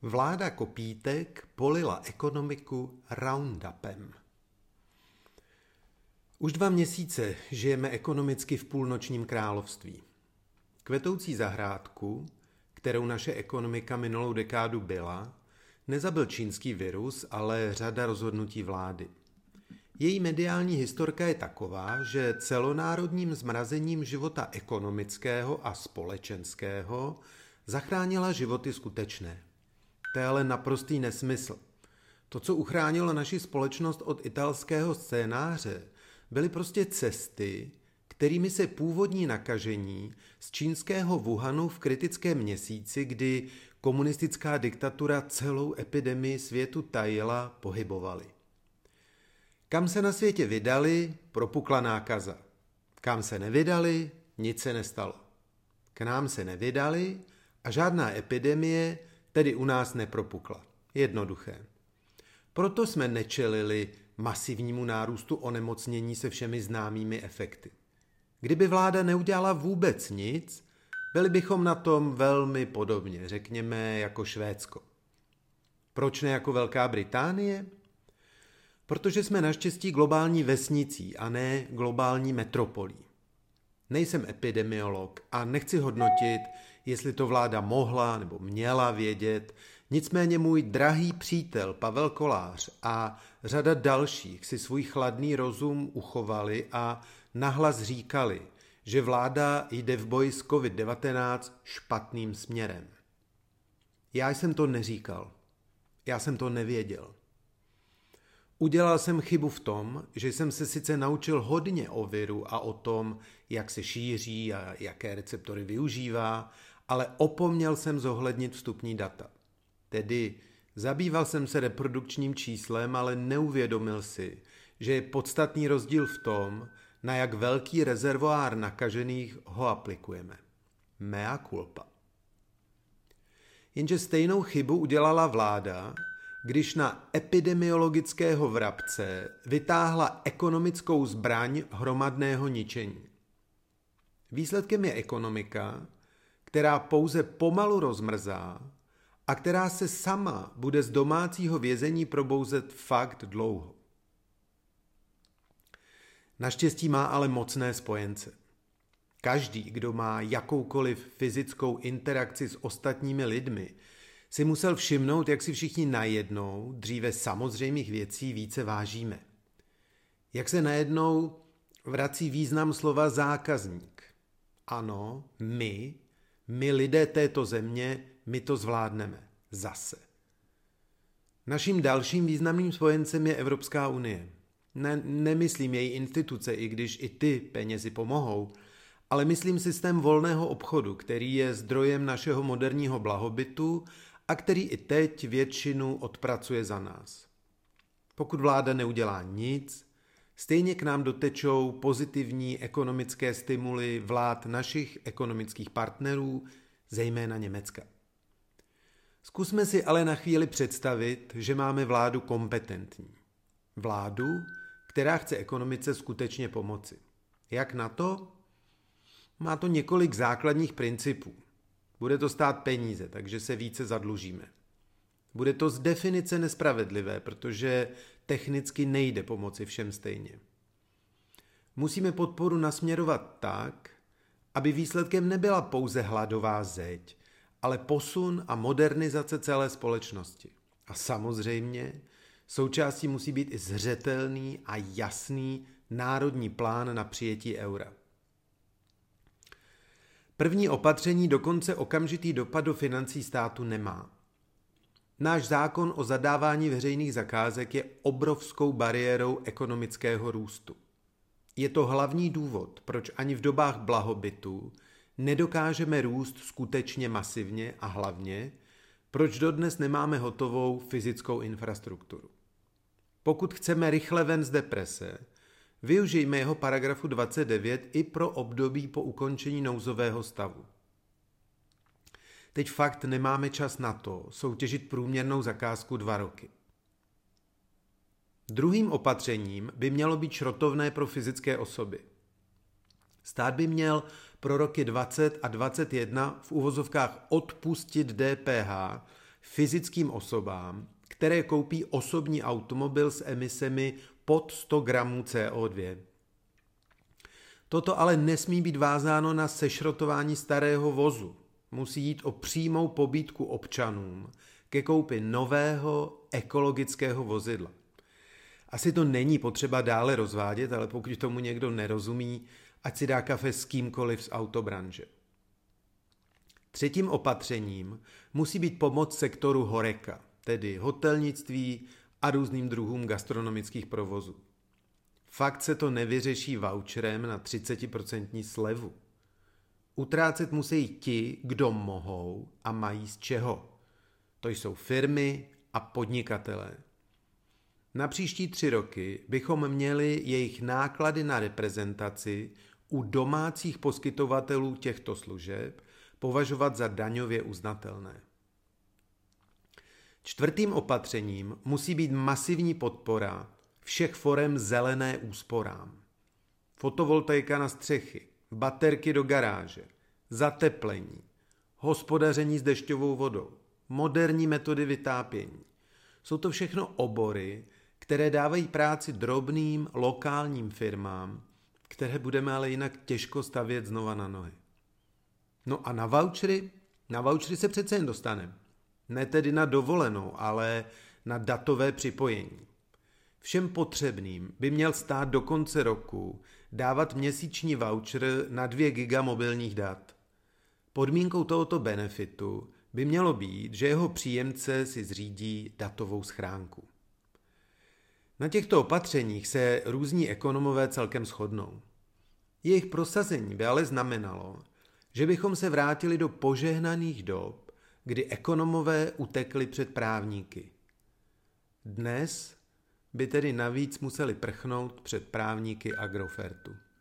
Vláda kopítek polila ekonomiku Roundupem. Už 2 měsíce žijeme ekonomicky v půlnočním království. Kvetoucí zahrádku, kterou naše ekonomika minulou dekádu byla, nezabil čínský virus, ale řada rozhodnutí vlády. Její mediální historka je taková, že celonárodním zmrazením života ekonomického a společenského zachránila životy skutečné. To je ale naprostý nesmysl. To, co uchránilo naši společnost od italského scénáře, byly prostě cesty, kterými se původní nakažení z čínského Wuhanu v kritickém měsíci, kdy komunistická diktatura celou epidemii světu tajila, pohybovali. Kam se na světě vydali, propukla nákaza. Kam se nevydali, nic se nestalo. K nám se nevydali a žádná epidemie tedy u nás nepropukla. Jednoduché. Proto jsme nečelili masivnímu nárůstu onemocnění se všemi známými efekty. Kdyby vláda neudělala vůbec nic, byli bychom na tom velmi podobně, řekněme jako Švédsko. Proč ne jako Velká Británie? Protože jsme naštěstí globální vesnicí a ne globální metropolí. Nejsem epidemiolog a nechci hodnotit, jestli to vláda mohla nebo měla vědět, nicméně můj drahý přítel Pavel Kolář a řada dalších si svůj chladný rozum uchovali a nahlas říkali, že vláda jde v boji s COVID-19 špatným směrem. Já jsem to neříkal. Já jsem to nevěděl. Udělal jsem chybu v tom, že jsem se sice naučil hodně o viru a o tom, jak se šíří a jaké receptory využívá, ale opomněl jsem zohlednit vstupní data. Tedy zabýval jsem se reprodukčním číslem, ale neuvědomil si, že je podstatný rozdíl v tom, na jak velký rezervoár nakažených ho aplikujeme. Mea culpa. Jenže stejnou chybu udělala vláda, když na epidemiologického vrabce vytáhla ekonomickou zbraň hromadného ničení. Výsledkem je ekonomika, která pouze pomalu rozmrzá a která se sama bude z domácího vězení probouzet fakt dlouho. Naštěstí má ale mocné spojence. Každý, kdo má jakoukoliv fyzickou interakci s ostatními lidmi, si musel všimnout, jak si všichni najednou, dříve samozřejmých věcí, více vážíme. Jak se najednou vrací význam slova zákazník. Ano, my lidé této země, my to zvládneme. Zase. Naším dalším významným spojencem je Evropská unie. Nemyslím její instituce, i když i ty penězi pomohou, ale myslím systém volného obchodu, který je zdrojem našeho moderního blahobytu a který i teď většinu odpracuje za nás. Pokud vláda neudělá nic, stejně k nám dotečou pozitivní ekonomické stimuly vlád našich ekonomických partnerů, zejména Německa. Zkusme si ale na chvíli představit, že máme vládu kompetentní. Vládu, která chce ekonomice skutečně pomoci. Jak na to? Má to několik základních principů. Bude to stát peníze, takže se více zadlužíme. Bude to z definice nespravedlivé, protože technicky nejde pomoci všem stejně. Musíme podporu nasměrovat tak, aby výsledkem nebyla pouze hladová zeď, ale posun a modernizace celé společnosti. A samozřejmě součástí musí být i zřetelný a jasný národní plán na přijetí eura. První opatření dokonce okamžitý dopad do financí státu nemá. Náš zákon o zadávání veřejných zakázek je obrovskou bariérou ekonomického růstu. Je to hlavní důvod, proč ani v dobách blahobytu nedokážeme růst skutečně masivně a hlavně, proč dodnes nemáme hotovou fyzickou infrastrukturu. Pokud chceme rychle ven z deprese, využijme jeho paragrafu 29 i pro období po ukončení nouzového stavu. Teď fakt nemáme čas na to soutěžit průměrnou zakázku 2 roky. Druhým opatřením by mělo být šrotovné pro fyzické osoby. Stát by měl pro roky 20 a 21 v uvozovkách odpustit DPH fyzickým osobám, které koupí osobní automobil s emisemi pod 100 gramů CO2. Toto ale nesmí být vázáno na sešrotování starého vozu. Musí jít o přímou pobídku občanům ke koupi nového ekologického vozidla. Asi to není potřeba dále rozvádět, ale pokud tomu někdo nerozumí, ať si dá kafe s kýmkoliv z autobranže. Třetím opatřením musí být pomoc sektoru horeca, tedy hotelnictví a různým druhům gastronomických provozů. Fakt se to nevyřeší voucherem na 30% slevu. Utrácet musí ti, kdo mohou a mají z čeho. To jsou firmy a podnikatelé. Na příští 3 roky bychom měli jejich náklady na reprezentaci u domácích poskytovatelů těchto služeb považovat za daňově uznatelné. Čtvrtým opatřením musí být masivní podpora všech forem zelené úsporám. Fotovoltaika na střechy, baterky do garáže, zateplení, hospodaření s dešťovou vodou, moderní metody vytápění. Jsou to všechno obory, které dávají práci drobným lokálním firmám, které budeme ale jinak těžko stavět znova na nohy. No a na vouchery se přece jen dostaneme. Ne tedy na dovolenou, ale na datové připojení. Všem potřebným by měl stát do konce roku dávat měsíční voucher na 2 giga mobilních dat. Podmínkou tohoto benefitu by mělo být, že jeho příjemce si zřídí datovou schránku. Na těchto opatřeních se různí ekonomové celkem shodnou. Jejich prosazení by ale znamenalo, že bychom se vrátili do požehnaných dob, kdy ekonomové utekli před právníky. Dnes by tedy navíc museli prchnout před právníky Agrofertu.